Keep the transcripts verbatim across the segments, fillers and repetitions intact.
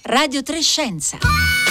Radio tre Scienza.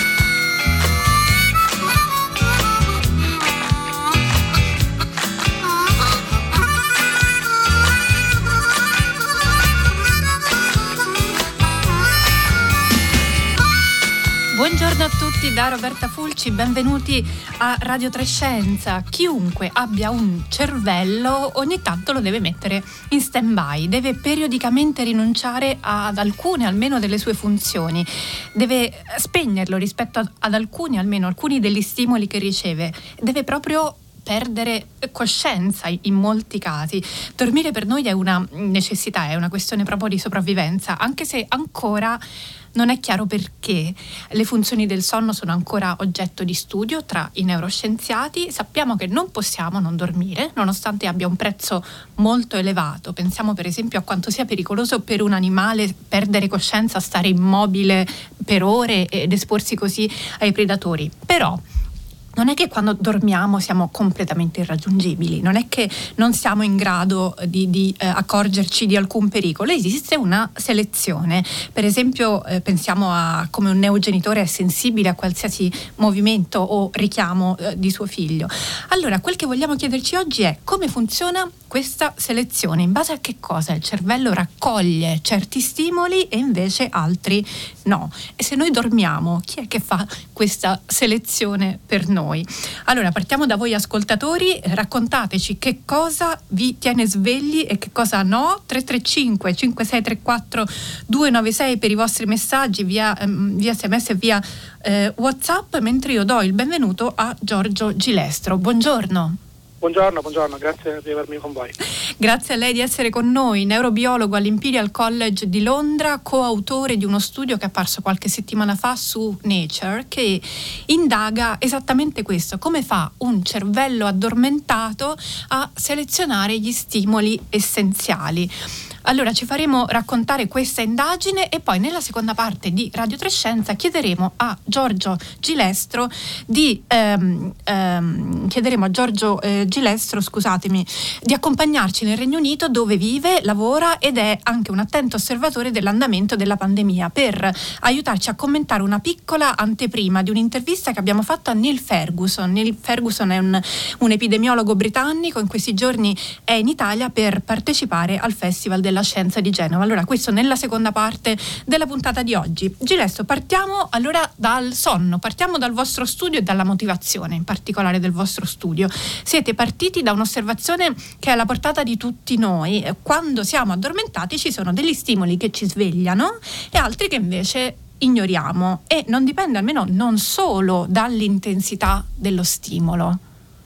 Buongiorno a tutti da Roberta Fulci, benvenuti a Radio tre Scienza. Chiunque abbia un cervello ogni tanto lo deve mettere in stand-by, deve periodicamente rinunciare ad alcune almeno delle sue funzioni, deve spegnerlo rispetto ad, ad alcuni almeno alcuni degli stimoli che riceve, deve proprio perdere coscienza in molti casi. Dormire per noi è una necessità, è una questione proprio di sopravvivenza, anche se ancora non è chiaro perché. Le funzioni del sonno sono ancora oggetto di studio tra i neuroscienziati. Sappiamo che non possiamo non dormire, nonostante abbia un prezzo molto elevato. Pensiamo per esempio a quanto sia pericoloso per un animale perdere coscienza, stare immobile per ore ed esporsi così ai predatori. Però non è che quando dormiamo siamo completamente irraggiungibili, non è che non siamo in grado di, di eh, accorgerci di alcun pericolo. Esiste una selezione. Per esempio eh, pensiamo a come un neogenitore è sensibile a qualsiasi movimento o richiamo eh, di suo figlio. Allora, quel che vogliamo chiederci oggi è come funziona questa selezione, in base a che cosa il cervello raccoglie certi stimoli e invece altri no. E se noi dormiamo, chi è che fa questa selezione per noi? Allora, partiamo da voi ascoltatori, raccontateci che cosa vi tiene svegli e che cosa no. Tre tre cinque cinque sei tre quattro due nove sei per i vostri messaggi via, ehm, via sms e via eh, WhatsApp, mentre io do il benvenuto a Giorgio Gilestro. Buongiorno. Buongiorno, buongiorno, grazie di avermi con voi. Grazie a lei di essere con noi, neurobiologo all'Imperial College di Londra, coautore di uno studio che è apparso qualche settimana fa su Nature, che indaga esattamente questo: come fa un cervello addormentato a selezionare gli stimoli essenziali. Allora ci faremo raccontare questa indagine e poi nella seconda parte di Radio tre Scienza chiederemo a Giorgio Gilestro di ehm, ehm, chiederemo a Giorgio eh, Gilestro, scusatemi, di accompagnarci nel Regno Unito, dove vive, lavora ed è anche un attento osservatore dell'andamento della pandemia, per aiutarci a commentare una piccola anteprima di un'intervista che abbiamo fatto a Neil Ferguson. Neil Ferguson è un, un epidemiologo britannico, in questi giorni è in Italia per partecipare al Festival della Scienza di Genova. Allora, questo nella seconda parte della puntata di oggi. Gilestro, partiamo allora dal sonno, partiamo dal vostro studio e dalla motivazione in particolare del vostro studio. Siete partiti da un'osservazione che è alla portata di tutti noi: quando siamo addormentati ci sono degli stimoli che ci svegliano e altri che invece ignoriamo, e non dipende, almeno non solo, dall'intensità dello stimolo.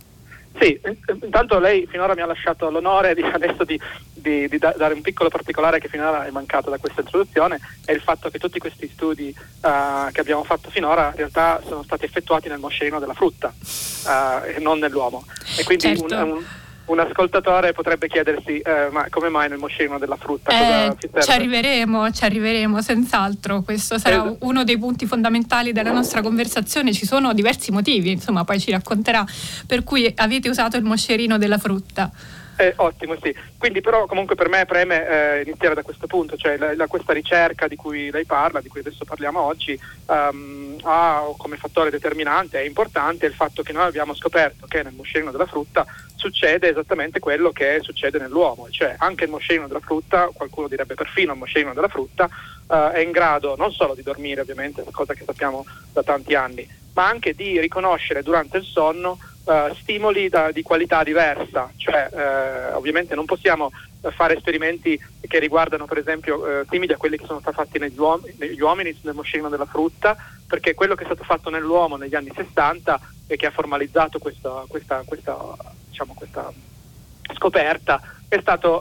Sì, intanto lei finora mi ha lasciato l'onore di adesso di, di, di dare un piccolo particolare che finora è mancato da questa introduzione, è il fatto che tutti questi studi uh, che abbiamo fatto finora in realtà sono stati effettuati nel moscerino della frutta uh, e non nell'uomo, e quindi certo. un, un Un ascoltatore potrebbe chiedersi eh, ma come mai nel moscerino della frutta? Eh, cosa ci serve? Ci arriveremo, ci arriveremo senz'altro. Questo sarà eh, uno dei punti fondamentali della nostra conversazione. Ci sono diversi motivi, insomma, poi ci racconterà, per cui avete usato il moscerino della frutta. Eh, ottimo, sì. Quindi però comunque per me preme eh, iniziare da questo punto, cioè la, la, questa ricerca di cui lei parla, di cui adesso parliamo oggi, um, ha come fattore determinante, è importante il fatto che noi abbiamo scoperto che nel moscerino della frutta succede esattamente quello che succede nell'uomo, cioè anche il moscerino della frutta, qualcuno direbbe perfino il moscerino della frutta, uh, è in grado non solo di dormire, ovviamente, cosa che sappiamo da tanti anni, ma anche di riconoscere durante il sonno Uh, stimoli da, di qualità diversa, cioè uh, ovviamente non possiamo uh, fare esperimenti che riguardano per esempio uh, simili a quelli che sono stati fatti negli, uom- negli uomini nel moscerino della frutta, perché quello che è stato fatto nell'uomo negli anni sessanta e che ha formalizzato questa, questa, questa, diciamo, questa scoperta è stato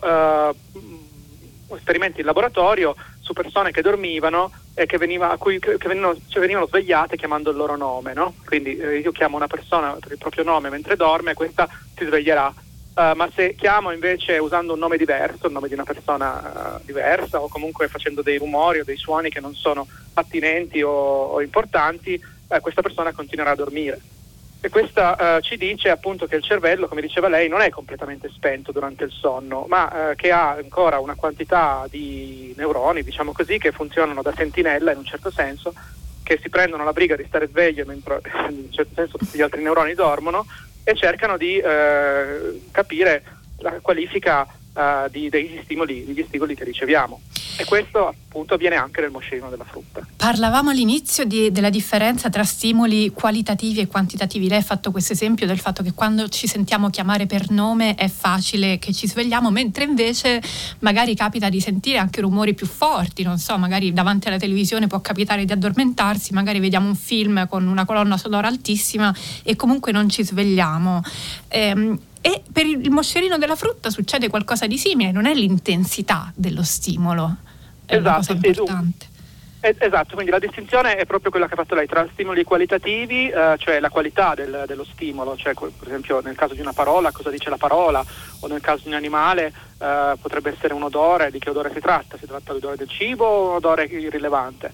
uh, esperimenti in laboratorio su persone che dormivano e che, veniva, a cui, che venivano, cioè venivano svegliate chiamando il loro nome, no? Quindi eh, io chiamo una persona per il proprio nome mentre dorme e questa si sveglierà, uh, ma se chiamo invece usando un nome diverso, il nome di una persona uh, diversa, o comunque facendo dei rumori o dei suoni che non sono attinenti o, o importanti, uh, questa persona continuerà a dormire. E questa uh, ci dice appunto che il cervello, come diceva lei, non è completamente spento durante il sonno, ma uh, che ha ancora una quantità di neuroni, diciamo così, che funzionano da sentinella in un certo senso, che si prendono la briga di stare sveglio mentre in un certo senso tutti gli altri neuroni dormono e cercano di uh, capire la qualifica uh, di, degli stimoli, degli stimoli che riceviamo. E questo appunto avviene anche nel moscerino della frutta. Parlavamo all'inizio di, della differenza tra stimoli qualitativi e quantitativi. Lei ha fatto questo esempio del fatto che quando ci sentiamo chiamare per nome è facile che ci svegliamo, mentre invece magari capita di sentire anche rumori più forti, non so, magari davanti alla televisione può capitare di addormentarsi, magari vediamo un film con una colonna sonora altissima e comunque non ci svegliamo. Ehm, E per il moscerino della frutta succede qualcosa di simile, non è l'intensità dello stimolo, è esatto, una cosa importante. Sì, esatto, quindi la distinzione è proprio quella che ha fatto lei tra stimoli qualitativi, eh, cioè la qualità del, dello stimolo, cioè per esempio nel caso di una parola, cosa dice la parola, o nel caso di un animale eh, potrebbe essere un odore, di che odore si tratta, si tratta di odore del cibo o un odore irrilevante.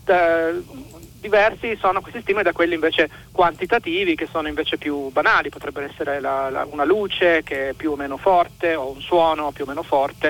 Eh, Diversi sono questi stimoli da quelli invece quantitativi, che sono invece più banali, potrebbero essere la, la, una luce che è più o meno forte o un suono più o meno forte.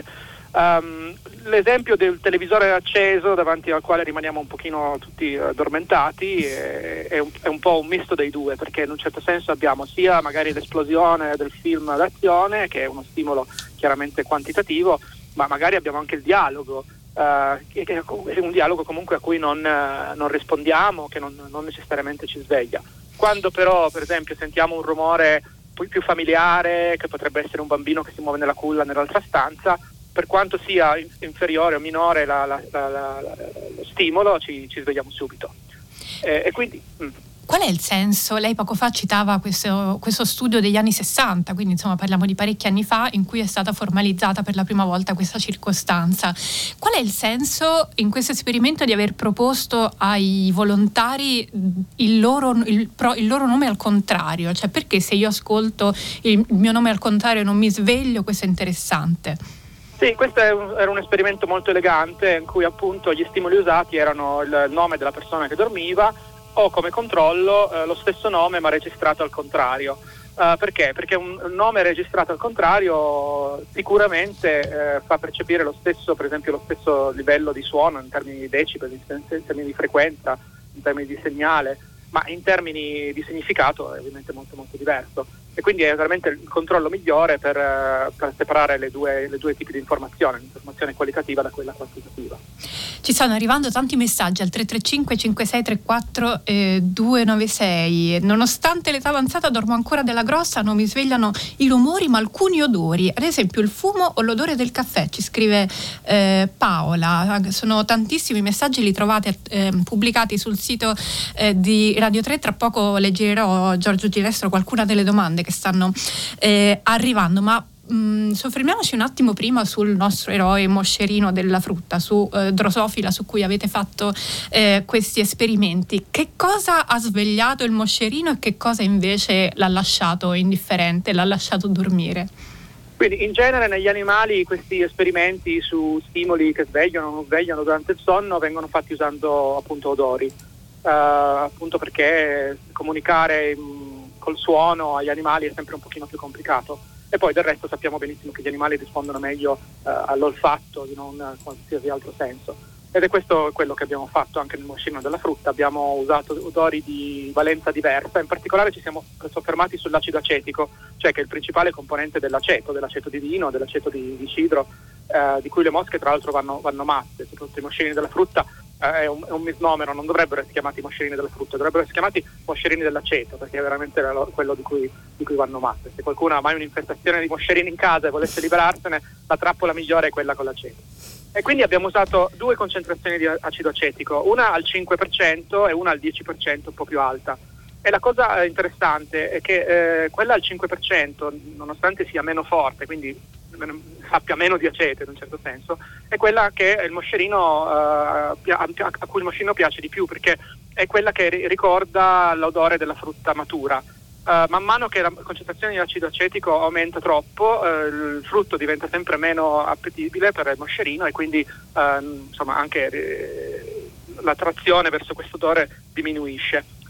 Um, l'esempio del televisore acceso davanti al quale rimaniamo un pochino tutti addormentati è, è, un, è un po' un misto dei due, perché in un certo senso abbiamo sia magari l'esplosione del film d'azione, che è uno stimolo chiaramente quantitativo, ma magari abbiamo anche il dialogo. Uh, che è un dialogo comunque a cui non, uh, non rispondiamo, che non, non necessariamente ci sveglia. Quando però per esempio sentiamo un rumore più, più familiare, che potrebbe essere un bambino che si muove nella culla nell'altra stanza, per quanto sia in, inferiore o minore la, la, la, la, lo stimolo, ci, ci svegliamo subito. Eh, e quindi mh. Qual è il senso? Lei poco fa citava questo, questo studio degli anni sessanta, quindi insomma parliamo di parecchi anni fa, in cui è stata formalizzata per la prima volta questa circostanza. Qual è il senso in questo esperimento di aver proposto ai volontari il loro, il, il loro nome al contrario? Cioè, perché se io ascolto il mio nome al contrario e non mi sveglio, questo è interessante. Sì, questo era un esperimento molto elegante in cui appunto gli stimoli usati erano il nome della persona che dormiva, o come controllo eh, lo stesso nome ma registrato al contrario. Uh, perché? Perché un nome registrato al contrario sicuramente eh, fa percepire lo stesso, per esempio lo stesso livello di suono in termini di decibel, in termini di frequenza, in termini di segnale, ma in termini di significato è ovviamente molto molto diverso. E quindi è veramente il controllo migliore per, per separare le due, le due tipi di informazione, l'informazione qualitativa da quella quantitativa. Ci stanno arrivando tanti messaggi al tre tre cinque cinque sei tre quattro due nove sei. Nonostante l'età avanzata dormo ancora della grossa, non mi svegliano i rumori ma alcuni odori, ad esempio il fumo o l'odore del caffè, ci scrive eh, Paola. Sono tantissimi messaggi, li trovate eh, pubblicati sul sito eh, di Radio tre. Tra poco leggerò, Giorgio Gilestro, qualcuna delle domande che stanno eh, arrivando, ma mh, soffermiamoci un attimo prima sul nostro eroe moscerino della frutta, su eh, Drosofila, su cui avete fatto eh, questi esperimenti. Che cosa ha svegliato il moscerino e che cosa invece l'ha lasciato indifferente, l'ha lasciato dormire? Quindi in genere negli animali questi esperimenti su stimoli che svegliano o non svegliano durante il sonno vengono fatti usando appunto odori, uh, appunto perché comunicare mh, col suono agli animali è sempre un pochino più complicato, e poi del resto sappiamo benissimo che gli animali rispondono meglio uh, all'olfatto di non uh, qualsiasi altro senso, ed è questo quello che abbiamo fatto anche nel moscerino della frutta. Abbiamo usato odori di valenza diversa, in particolare ci siamo soffermati sull'acido acetico, cioè che è il principale componente dell'aceto, dell'aceto di vino, dell'aceto di, di cidro, uh, di cui le mosche tra l'altro vanno, vanno matte. Soprattutto i moscerini della frutta è un, è un misnomero, non dovrebbero essere chiamati moscerini della frutta, dovrebbero essere chiamati moscerini dell'aceto, perché è veramente quello di cui, di cui vanno matte. Se qualcuno ha mai un'infestazione di moscerini in casa e volesse liberarsene, la trappola migliore è quella con l'aceto. E quindi abbiamo usato due concentrazioni di acido acetico, una al cinque per cento e una al dieci per cento, un po' più alta. E la cosa interessante è che eh, quella al cinque per cento, nonostante sia meno forte, quindi sappia meno di aceto in un certo senso, è quella che il moscerino uh, a cui il moscerino piace di più, perché è quella che ricorda l'odore della frutta matura. Uh, man mano che la concentrazione di acido acetico aumenta troppo, uh, il frutto diventa sempre meno appetibile per il moscerino, e quindi uh, insomma anche eh, l'attrazione verso questo odore diminuisce.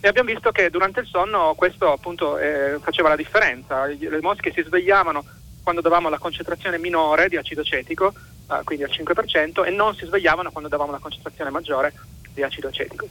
e abbiamo visto che durante il sonno questo appunto eh, faceva la differenza. Le mosche si svegliavano quando davamo la concentrazione minore di acido acetico, eh, quindi al cinque per cento, e non si svegliavano quando davamo la concentrazione maggiore di acido acetico.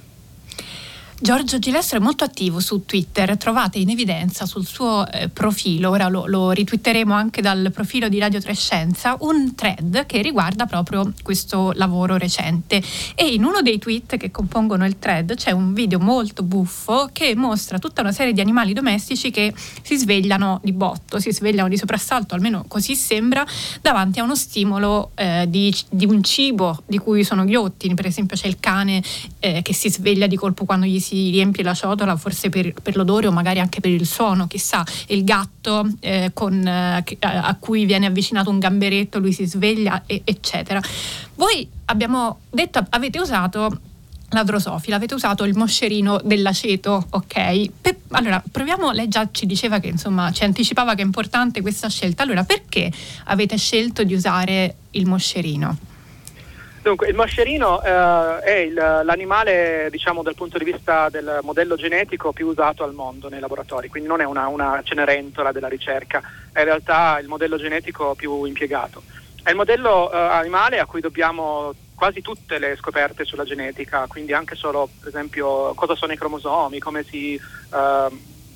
Giorgio Gilestro è molto attivo su Twitter, trovate in evidenza sul suo eh, profilo, ora lo, lo ritwitteremo anche dal profilo di Radio Trescenza, un thread che riguarda proprio questo lavoro recente, e in uno dei tweet che compongono il thread c'è un video molto buffo che mostra tutta una serie di animali domestici che si svegliano di botto, si svegliano di soprassalto, almeno così sembra, davanti a uno stimolo eh, di, di un cibo di cui sono ghiotti. Per esempio c'è il cane eh, che si sveglia di colpo quando gli si riempie la ciotola, forse per, per l'odore o magari anche per il suono, chissà. Il gatto eh, con, eh, a cui viene avvicinato un gamberetto, lui si sveglia, e, eccetera. Voi abbiamo detto, avete usato la drosofila, avete usato il moscerino dell'aceto, ok? Per, allora proviamo, lei già ci diceva che insomma ci anticipava che è importante questa scelta, allora perché avete scelto di usare il moscerino? Dunque, il moscerino eh, è il, l'animale, diciamo, dal punto di vista del modello genetico più usato al mondo nei laboratori, quindi non è una, una cenerentola della ricerca, è in realtà il modello genetico più impiegato. È il modello eh, animale a cui dobbiamo quasi tutte le scoperte sulla genetica, quindi anche solo, per esempio, cosa sono i cromosomi, come si, eh,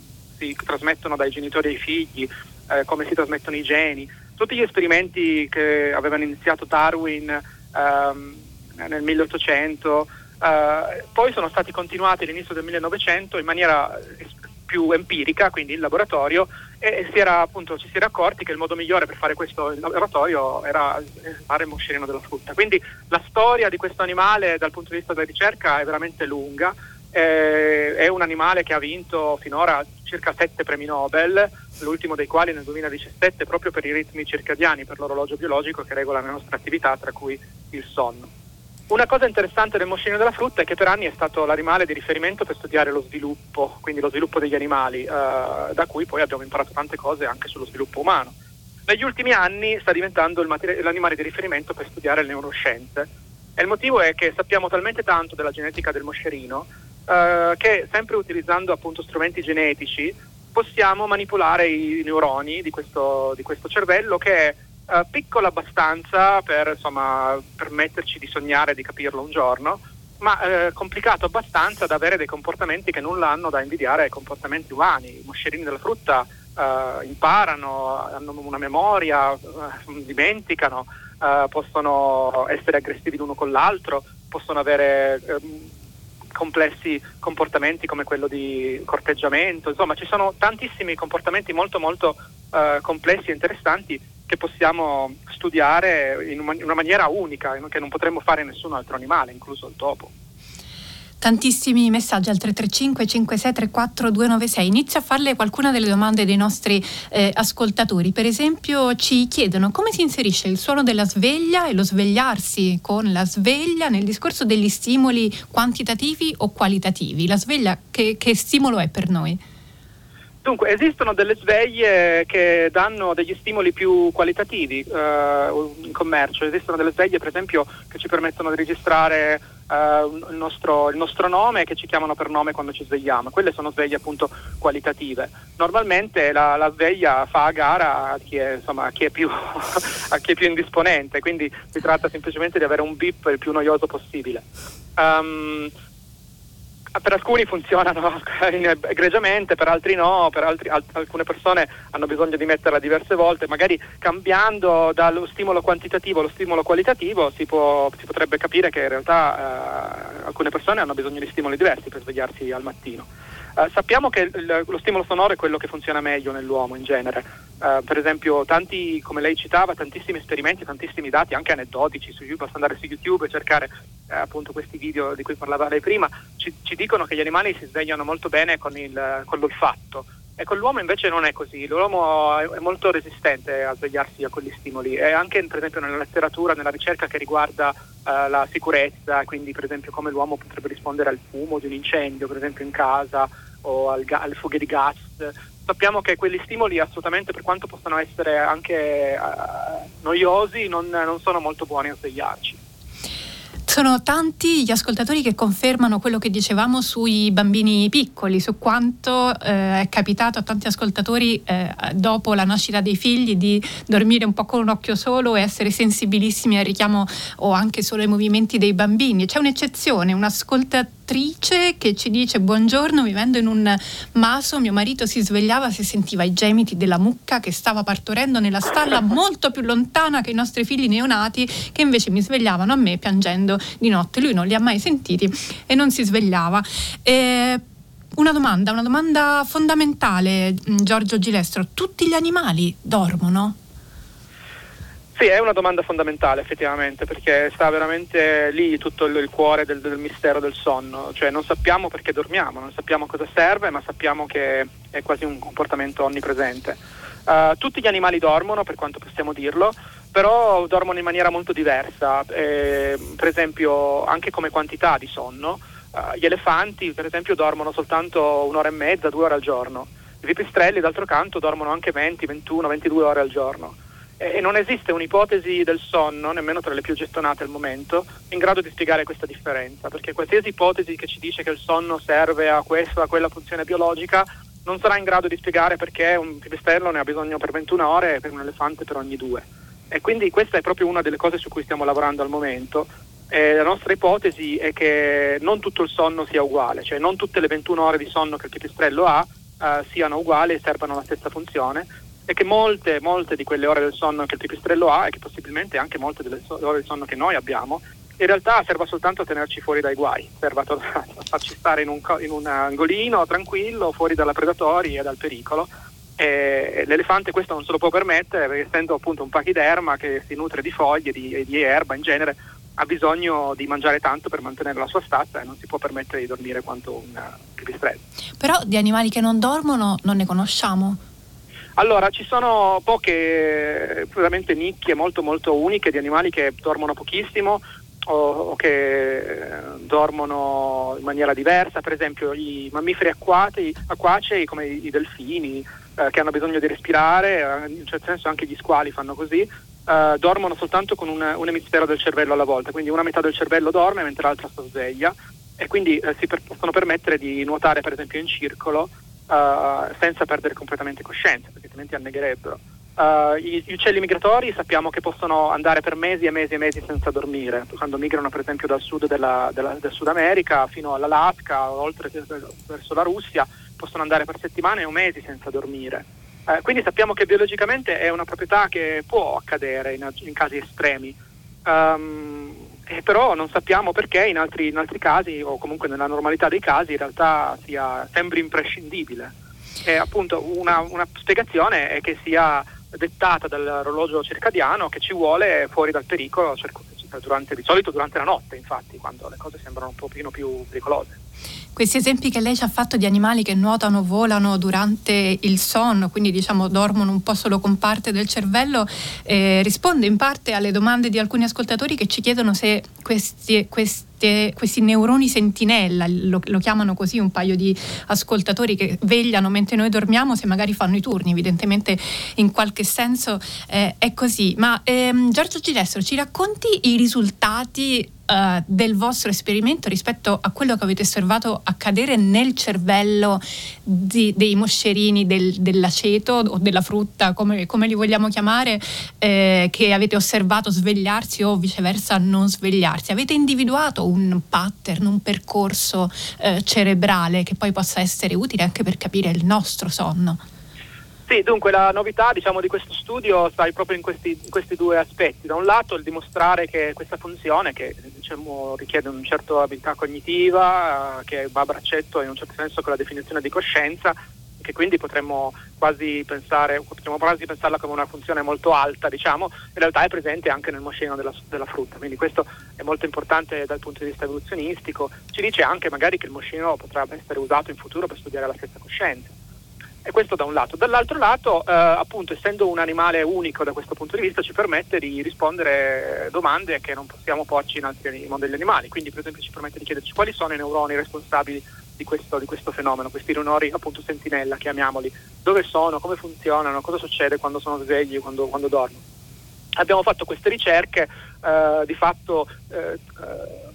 si trasmettono dai genitori ai figli, eh, come si trasmettono i geni. Tutti gli esperimenti che avevano iniziato Darwin Um, nel milleottocento, uh, poi sono stati continuati all'inizio del millenovecento in maniera più empirica, quindi in laboratorio, e si era, appunto, ci si era accorti che il modo migliore per fare questo in laboratorio era fare il moscerino della frutta. Quindi la storia di questo animale dal punto di vista della ricerca è veramente lunga. Eh, è un animale che ha vinto finora circa sette premi Nobel, l'ultimo dei quali nel duemiladiciassette proprio per i ritmi circadiani, per l'orologio biologico che regola le nostre attività, tra cui il sonno. Una cosa interessante del moscerino della frutta è che per anni è stato l'animale di riferimento per studiare lo sviluppo, quindi lo sviluppo degli animali, eh, da cui poi abbiamo imparato tante cose anche sullo sviluppo umano. Negli ultimi anni sta diventando il materi- l'animale di riferimento per studiare le neuroscienze, e il motivo è che sappiamo talmente tanto della genetica del moscerino Uh, che sempre utilizzando appunto strumenti genetici possiamo manipolare i neuroni di questo, di questo cervello, che è uh, piccolo abbastanza per insomma permetterci di sognare di capirlo un giorno, ma uh, complicato abbastanza da avere dei comportamenti che nulla hanno da invidiare ai comportamenti umani. I moscerini della frutta uh, imparano, hanno una memoria, uh, dimenticano, uh, possono essere aggressivi l'uno con l'altro, possono avere um, complessi comportamenti come quello di corteggiamento. Insomma, ci sono tantissimi comportamenti molto molto uh, complessi e interessanti che possiamo studiare in, un, in una maniera unica, che non potremmo fare in nessun altro animale, incluso il topo. Tantissimi messaggi al tre tre cinque cinque sei tre quattro due nove sei. Inizio a farle qualcuna delle domande dei nostri eh, ascoltatori. Per esempio ci chiedono come si inserisce il suono della sveglia e lo svegliarsi con la sveglia nel discorso degli stimoli quantitativi o qualitativi. La sveglia che, che stimolo è per noi? Dunque, esistono delle sveglie che danno degli stimoli più qualitativi uh, in commercio. Esistono delle sveglie, per esempio, che ci permettono di registrare uh, il, nostro, il nostro nome, che ci chiamano per nome quando ci svegliamo. Quelle sono sveglie appunto qualitative. Normalmente la, la sveglia fa a gara a chi è, insomma, a chi è più a chi è più indisponente, quindi si tratta semplicemente di avere un beep il più noioso possibile. Um, Per alcuni funzionano egregiamente, per altri no, per altri, al- alcune persone hanno bisogno di metterla diverse volte, magari cambiando dallo stimolo quantitativo allo stimolo qualitativo si, può, si potrebbe capire che in realtà eh, alcune persone hanno bisogno di stimoli diversi per svegliarsi al mattino. Eh, sappiamo che il, lo stimolo sonoro è quello che funziona meglio nell'uomo in genere. Eh, per esempio tanti, come lei citava, tantissimi esperimenti, tantissimi dati, anche aneddotici su YouTube, basta andare su YouTube e cercare eh, appunto questi video di cui parlava lei prima, ci, ci dicono che gli animali si svegliano molto bene con, il, con l'olfatto, e con l'uomo invece non è così. L'uomo è molto resistente a svegliarsi con gli stimoli, e anche per esempio nella letteratura, nella ricerca che riguarda uh, la sicurezza, quindi per esempio come l'uomo potrebbe rispondere al fumo di un incendio, per esempio in casa, o al ga- alle fughe di gas. Sappiamo che quegli stimoli assolutamente, per quanto possano essere anche uh, noiosi, non, non sono molto buoni a svegliarci. Sono tanti gli ascoltatori che confermano quello che dicevamo sui bambini piccoli, su quanto eh, è capitato a tanti ascoltatori eh, dopo la nascita dei figli di dormire un po' con un occhio solo e essere sensibilissimi al richiamo o anche solo ai movimenti dei bambini. C'è un'eccezione, un'ascoltatrice che ci dice: buongiorno, vivendo in un maso mio marito si svegliava se sentiva i gemiti della mucca che stava partorendo nella stalla molto più lontana che i nostri figli neonati, che invece mi svegliavano a me piangendo di notte. Lui non li ha mai sentiti e non si svegliava. E una domanda, una domanda fondamentale, Giorgio Gilestro: tutti gli animali dormono? Sì, è una domanda fondamentale effettivamente, perché sta veramente lì tutto il, il cuore del, del mistero del sonno. Cioè non sappiamo perché dormiamo, non sappiamo cosa serve, ma sappiamo che è quasi un comportamento onnipresente. Uh, tutti gli animali dormono, per quanto possiamo dirlo, però dormono in maniera molto diversa. Eh, per esempio anche come quantità di sonno, uh, gli elefanti per esempio dormono soltanto un'ora e mezza, due ore al giorno. I pipistrelli d'altro canto dormono anche venti, ventuno, ventidue ore al giorno. E non esiste un'ipotesi del sonno, nemmeno tra le più gettonate al momento, in grado di spiegare questa differenza, perché qualsiasi ipotesi che ci dice che il sonno serve a questa o a quella funzione biologica non sarà in grado di spiegare perché un pipistrello ne ha bisogno per ventuno ore e per un elefante per ogni due. E quindi questa è proprio una delle cose su cui stiamo lavorando al momento. E la nostra ipotesi è che non tutto il sonno sia uguale, cioè non tutte le ventuno ore di sonno che il pipistrello ha eh, siano uguali e servano la stessa funzione, e che molte, molte di quelle ore del sonno che il pipistrello ha, e che possibilmente anche molte delle so- ore del sonno che noi abbiamo, in realtà serva soltanto a tenerci fuori dai guai, serve a, to- a farci stare in un, co- in un angolino tranquillo, fuori dalla predatori e dal pericolo. E l'elefante questo non se lo può permettere, perché essendo appunto un pachiderma che si nutre di foglie di, e di erba in genere, ha bisogno di mangiare tanto per mantenere la sua stazza e non si può permettere di dormire quanto un uh, pipistrello. Però di animali che non dormono non ne conosciamo. Allora, ci sono poche, veramente nicchie molto molto uniche di animali che dormono pochissimo o, o che dormono in maniera diversa. Per esempio i mammiferi acquati, acquacei come i, i delfini, eh, che hanno bisogno di respirare, in un certo senso anche gli squali fanno così, eh, dormono soltanto con un, un emisfero del cervello alla volta, quindi una metà del cervello dorme mentre l'altra sta sveglia, e quindi eh, si per, possono permettere di nuotare per esempio in circolo, Uh, senza perdere completamente coscienza, perché altrimenti annegherebbero. Uh, gli, gli uccelli migratori sappiamo che possono andare per mesi e mesi e mesi senza dormire, quando migrano per esempio dal sud della, della, del Sud America fino all'Alaska, oltre che verso la Russia, possono andare per settimane o mesi senza dormire. Uh, quindi sappiamo che biologicamente è una proprietà che può accadere in, in casi estremi. Um, Eh, però non sappiamo perché in altri, in altri casi, o comunque nella normalità dei casi, in realtà sia sembri imprescindibile. E appunto una, una spiegazione è che sia dettata dall'orologio circadiano, che ci vuole fuori dal pericolo durante, di solito durante la notte, infatti, quando le cose sembrano un pochino più pericolose. Questi esempi che lei ci ha fatto di animali che nuotano, volano durante il sonno, quindi diciamo dormono un po' solo con parte del cervello, eh, risponde in parte alle domande di alcuni ascoltatori che ci chiedono se questi, questi, questi neuroni sentinella, lo, lo chiamano così un paio di ascoltatori che vegliano mentre noi dormiamo, se magari fanno i turni. Evidentemente in qualche senso eh, è così. Ma ehm, Giorgio Gilestro, ci racconti i risultati Uh, del vostro esperimento rispetto a quello che avete osservato accadere nel cervello di, dei moscerini del, dell'aceto o della frutta, come, come li vogliamo chiamare, eh, che avete osservato svegliarsi o viceversa non svegliarsi. Avete individuato un pattern, un percorso eh, cerebrale che poi possa essere utile anche per capire il nostro sonno? Sì, dunque la novità diciamo di questo studio sta proprio in questi, in questi due aspetti. Da un lato il dimostrare che questa funzione, che diciamo richiede una certa abilità cognitiva, eh, che va a braccetto in un certo senso con la definizione di coscienza, che quindi potremmo quasi pensare, potremmo quasi pensarla come una funzione molto alta, diciamo, in realtà è presente anche nel moscerino della, della frutta, quindi questo è molto importante dal punto di vista evoluzionistico. Ci dice anche magari che il moscerino potrà essere usato in futuro per studiare la stessa coscienza. E questo da un lato. Dall'altro lato, eh, appunto, essendo un animale unico da questo punto di vista, ci permette di rispondere domande che non possiamo porci in altri modelli animali. Quindi, per esempio, ci permette di chiederci quali sono i neuroni responsabili di questo, di questo fenomeno, questi neuroni appunto sentinella, chiamiamoli, dove sono, come funzionano, cosa succede quando sono svegli, quando, quando dormono. Abbiamo fatto queste ricerche, eh, di fatto eh,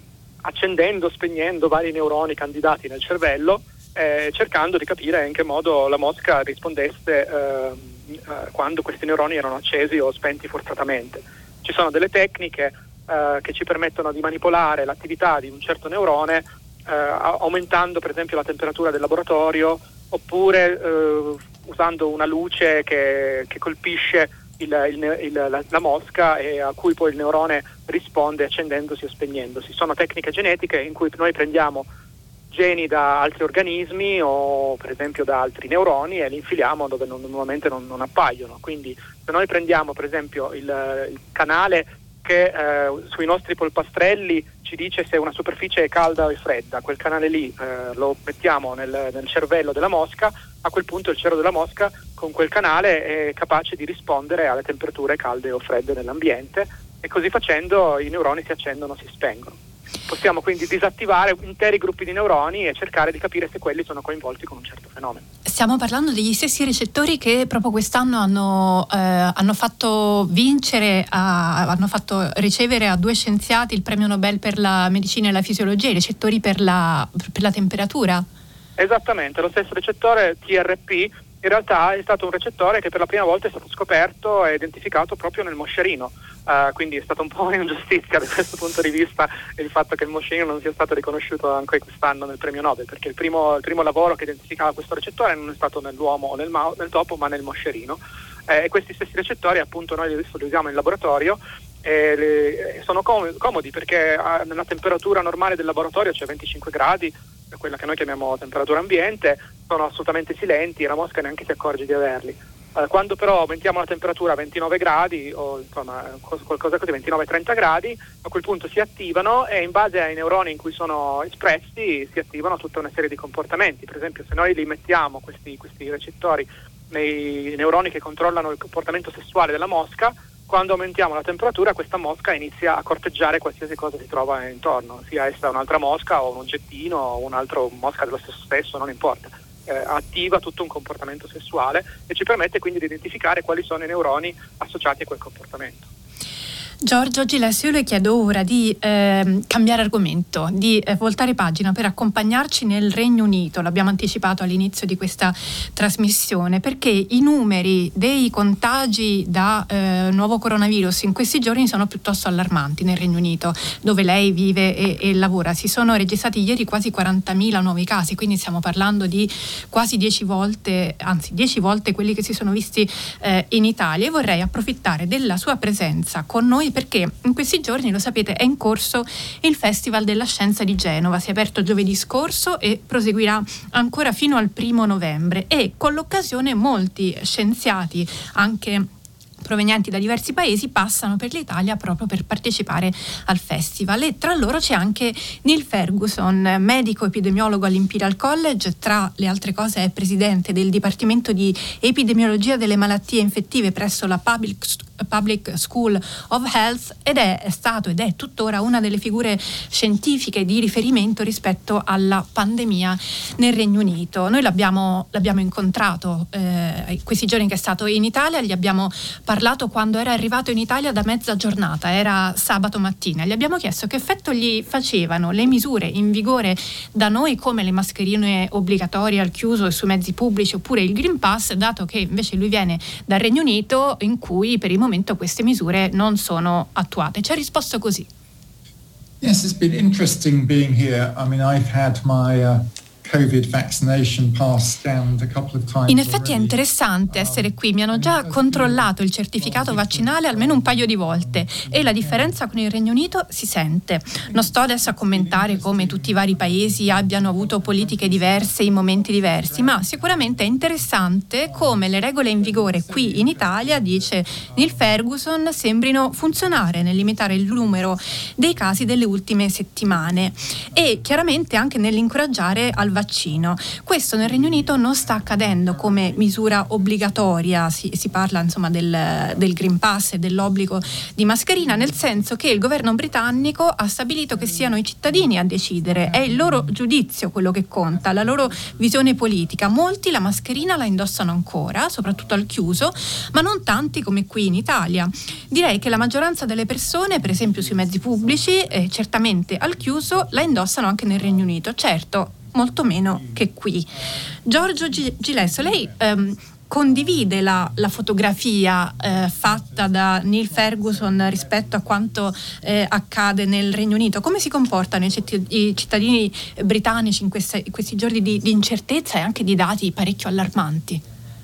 accendendo, spegnendo vari neuroni candidati nel cervello, eh, cercando di capire in che modo la mosca rispondesse eh, eh, quando questi neuroni erano accesi o spenti forzatamente. Ci sono delle tecniche eh, che ci permettono di manipolare l'attività di un certo neurone eh, aumentando per esempio la temperatura del laboratorio, oppure eh, usando una luce che, che colpisce il, il, il, la, la mosca e a cui poi il neurone risponde accendendosi o spegnendosi. Sono tecniche genetiche in cui noi prendiamo geni da altri organismi o per esempio da altri neuroni e li infiliamo dove non, normalmente non, non appaiono. Quindi se noi prendiamo per esempio il, il canale che eh, sui nostri polpastrelli ci dice se una superficie è calda o è fredda, quel canale lì eh, lo mettiamo nel, nel cervello della mosca, a quel punto il cervello della mosca con quel canale è capace di rispondere alle temperature calde o fredde nell'ambiente e così facendo i neuroni si accendono o si spengono. Possiamo quindi disattivare interi gruppi di neuroni e cercare di capire se quelli sono coinvolti con un certo fenomeno. Stiamo parlando degli stessi recettori che proprio quest'anno hanno, eh, hanno fatto vincere, a, hanno fatto ricevere a due scienziati il premio Nobel per la medicina e la fisiologia, i recettori per la, per la temperatura? Esattamente, lo stesso recettore T R P in realtà è stato un recettore che per la prima volta è stato scoperto e identificato proprio nel moscerino, uh, quindi è stata un po' un'ingiustizia da questo punto di vista il fatto che il moscerino non sia stato riconosciuto anche quest'anno nel premio Nobel, perché il primo, il primo lavoro che identificava questo recettore non è stato nell'uomo o nel, ma- nel topo ma nel moscerino, eh, e questi stessi recettori appunto noi adesso li usiamo in laboratorio e le, sono com- comodi perché uh, nella temperatura normale del laboratorio c'è venticinque gradi, quella che noi chiamiamo temperatura ambiente, sono assolutamente silenti e la mosca neanche si accorge di averli. Eh, quando però aumentiamo la temperatura a ventinove gradi o insomma qualcosa così, ventinove trenta gradi, a quel punto si attivano e in base ai neuroni in cui sono espressi si attivano tutta una serie di comportamenti. Per esempio se noi li mettiamo questi, questi recettori nei neuroni che controllano il comportamento sessuale della mosca, quando aumentiamo la temperatura questa mosca inizia a corteggiare qualsiasi cosa si trova intorno, sia essa un'altra mosca o un oggettino o un altro mosca dello stesso sesso, non importa. Eh, attiva tutto un comportamento sessuale e ci permette quindi di identificare quali sono i neuroni associati a quel comportamento. Giorgio Giles, io le chiedo ora di eh, cambiare argomento, di eh, voltare pagina per accompagnarci nel Regno Unito, l'abbiamo anticipato all'inizio di questa trasmissione, perché i numeri dei contagi da eh, nuovo coronavirus in questi giorni sono piuttosto allarmanti nel Regno Unito, dove lei vive e, e lavora. Si sono registrati ieri quasi quarantamila nuovi casi, quindi stiamo parlando di quasi dieci volte, anzi dieci volte quelli che si sono visti eh, in Italia, e vorrei approfittare della sua presenza con noi perché in questi giorni, lo sapete, è in corso il Festival della Scienza di Genova. Si è aperto giovedì scorso e proseguirà ancora fino al primo novembre, e con l'occasione molti scienziati, anche provenienti da diversi paesi, passano per l'Italia proprio per partecipare al festival, e tra loro c'è anche Neil Ferguson, medico epidemiologo all'Imperial College, tra le altre cose è presidente del Dipartimento di Epidemiologia delle Malattie Infettive presso la Public Public School of Health, ed è stato ed è tuttora una delle figure scientifiche di riferimento rispetto alla pandemia nel Regno Unito. Noi l'abbiamo, l'abbiamo incontrato eh, questi giorni che è stato in Italia, gli abbiamo parlato quando era arrivato in Italia da mezza giornata, era sabato mattina, gli abbiamo chiesto che effetto gli facevano le misure in vigore da noi, come le mascherine obbligatorie al chiuso e sui mezzi pubblici oppure il Green Pass, dato che invece lui viene dal Regno Unito in cui per il momento queste misure non sono attuate. Ci ha risposto così. Yes, it's been interesting being here. I mean, I've had my uh, COVID vaccination pass scanned a couple of times. In effetti è interessante essere qui, mi hanno già controllato il certificato vaccinale almeno un paio di volte e la differenza con il Regno Unito si sente. Non sto adesso a commentare come tutti i vari paesi abbiano avuto politiche diverse in momenti diversi, ma sicuramente è interessante come le regole in vigore qui in Italia, dice Neil Ferguson, sembrino funzionare nel limitare il numero dei casi delle ultime settimane e chiaramente anche nell'incoraggiare al vaccino vaccino. Questo nel Regno Unito non sta accadendo come misura obbligatoria, si, si parla insomma del, del Green Pass e dell'obbligo di mascherina, nel senso che il governo britannico ha stabilito che siano i cittadini a decidere, è il loro giudizio quello che conta, la loro visione politica. Molti la mascherina la indossano ancora, soprattutto al chiuso, ma non tanti come qui in Italia. Direi che la maggioranza delle persone, per esempio sui mezzi pubblici, eh, certamente al chiuso, la indossano anche nel Regno Unito, certo molto meno che qui. Giorgio Gilesso, lei ehm, condivide la, la fotografia eh, fatta da Neil Ferguson rispetto a quanto eh, accade nel Regno Unito? Come si comportano i, citt- i cittadini britannici in, queste, in questi giorni di, di incertezza e anche di dati parecchio allarmanti?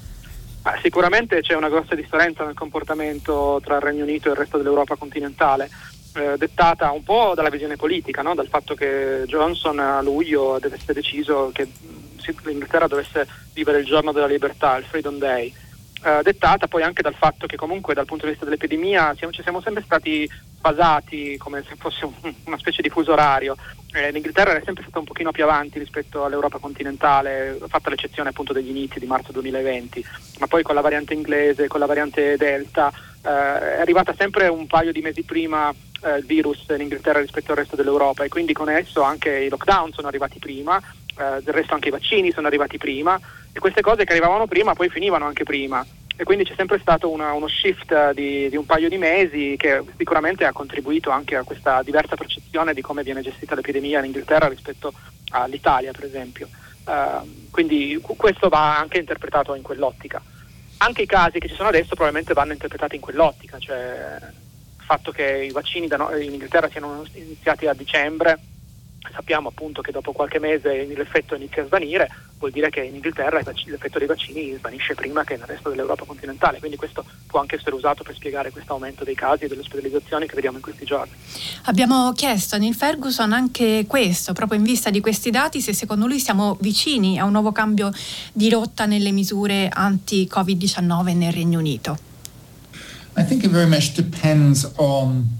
Ah, sicuramente c'è una grossa differenza nel comportamento tra il Regno Unito e il resto dell'Europa continentale, eh, dettata un po' dalla visione politica, no? Dal fatto che Johnson a luglio deve essere deciso che l'Inghilterra dovesse vivere il giorno della libertà, il Freedom Day, eh, dettata poi anche dal fatto che comunque dal punto di vista dell'epidemia siamo, ci siamo sempre stati basati come se fosse un, una specie di fuso orario. Eh, L'Inghilterra è sempre stata un pochino più avanti rispetto all'Europa continentale, fatta l'eccezione appunto degli inizi di marzo duemilaventi, ma poi con la variante inglese, con la variante Delta, eh, è arrivata sempre un paio di mesi prima eh, il virus in Inghilterra rispetto al resto dell'Europa, e quindi con esso anche i lockdown sono arrivati prima, eh, del resto anche i vaccini sono arrivati prima, e queste cose che arrivavano prima poi finivano anche prima. E quindi c'è sempre stato una, uno shift di, di un paio di mesi che sicuramente ha contribuito anche a questa diversa percezione di come viene gestita l'epidemia in Inghilterra rispetto all'Italia, per esempio. Uh, quindi questo va anche interpretato in quell'ottica. Anche i casi che ci sono adesso probabilmente vanno interpretati in quell'ottica, cioè il fatto che i vaccini da no- in Inghilterra siano iniziati a dicembre, sappiamo appunto che dopo qualche mese l'effetto inizia a svanire, vuol dire che in Inghilterra l'effetto dei vaccini svanisce prima che nel resto dell'Europa continentale, quindi questo può anche essere usato per spiegare questo aumento dei casi e delle ospedalizzazioni che vediamo in questi giorni. Abbiamo chiesto a Neil Ferguson anche questo, proprio in vista di questi dati, se secondo lui siamo vicini a un nuovo cambio di rotta nelle misure anti-covid diciannove nel Regno Unito. I think it very much depends on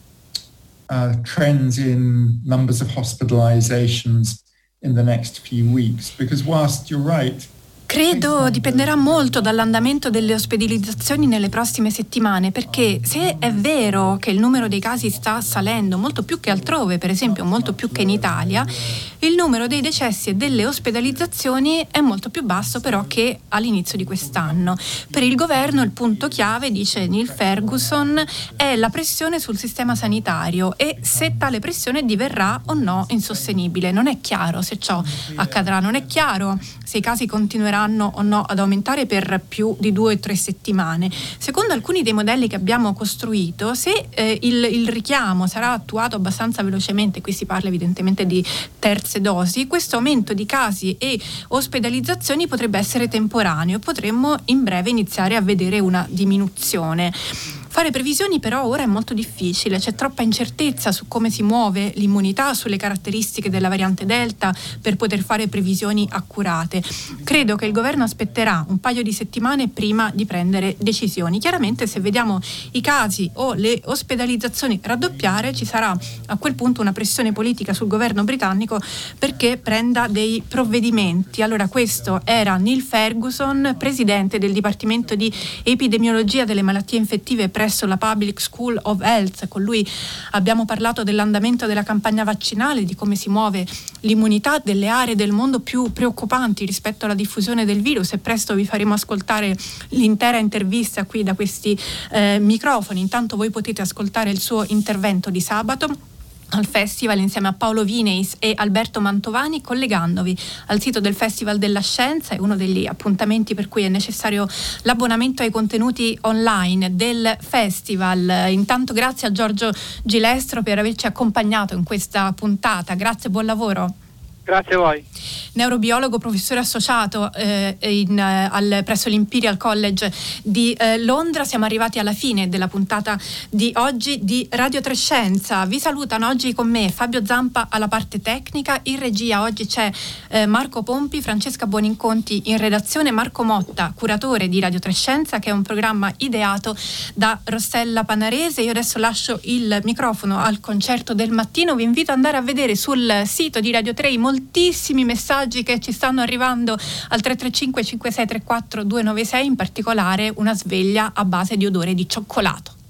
Uh, trends in numbers of hospitalizations in the next few weeks, because whilst you're right, credo dipenderà molto dall'andamento delle ospedalizzazioni nelle prossime settimane, perché se è vero che il numero dei casi sta salendo molto più che altrove, per esempio molto più che in Italia, il numero dei decessi e delle ospedalizzazioni è molto più basso però che all'inizio di quest'anno. Per il governo il punto chiave, dice Neil Ferguson, è la pressione sul sistema sanitario e se tale pressione diverrà o no insostenibile. Non è chiaro se ciò accadrà, non è chiaro se i casi continueranno o no ad aumentare per più di due o tre settimane. Secondo alcuni dei modelli che abbiamo costruito, se eh, il, il richiamo sarà attuato abbastanza velocemente, qui si parla evidentemente di terze dosi, questo aumento di casi e ospedalizzazioni potrebbe essere temporaneo, potremmo in breve iniziare a vedere una diminuzione. Fare previsioni però ora è molto difficile, c'è troppa incertezza su come si muove l'immunità, sulle caratteristiche della variante Delta per poter fare previsioni accurate. Credo che il governo aspetterà un paio di settimane prima di prendere decisioni. Chiaramente se vediamo i casi o le ospedalizzazioni raddoppiare, ci sarà a quel punto una pressione politica sul governo britannico perché prenda dei provvedimenti. Allora questo era Neil Ferguson, presidente del Dipartimento di Epidemiologia delle Malattie Infettive presso la Public School of Health. Con lui abbiamo parlato dell'andamento della campagna vaccinale, di come si muove l'immunità, delle aree del mondo più preoccupanti rispetto alla diffusione del virus, e presto vi faremo ascoltare l'intera intervista qui da questi eh, microfoni. Intanto voi potete ascoltare il suo intervento di sabato al festival insieme a Paolo Vineis e Alberto Mantovani, collegandovi al sito del Festival della Scienza. È uno degli appuntamenti per cui è necessario l'abbonamento ai contenuti online del festival. Intanto grazie a Giorgio Gilestro per averci accompagnato in questa puntata. Grazie, buon lavoro. Grazie a voi. Neurobiologo, professore associato eh, in, eh, al, presso l'Imperial College di eh, Londra. Siamo arrivati alla fine della puntata di oggi di Radio Trescenza. Vi salutano oggi con me Fabio Zampa alla parte tecnica, in regia oggi c'è eh, Marco Pompi, Francesca Buoninconti in redazione, Marco Motta, curatore di Radio Trescenza, che è un programma ideato da Rossella Panarese. Io adesso lascio il microfono al concerto del mattino. Vi invito ad andare a vedere sul sito di Radio tre i moltissimi messaggi che ci stanno arrivando al tre tre cinque cinque sei tre quattro due nove sei, in particolare una sveglia a base di odore di cioccolato.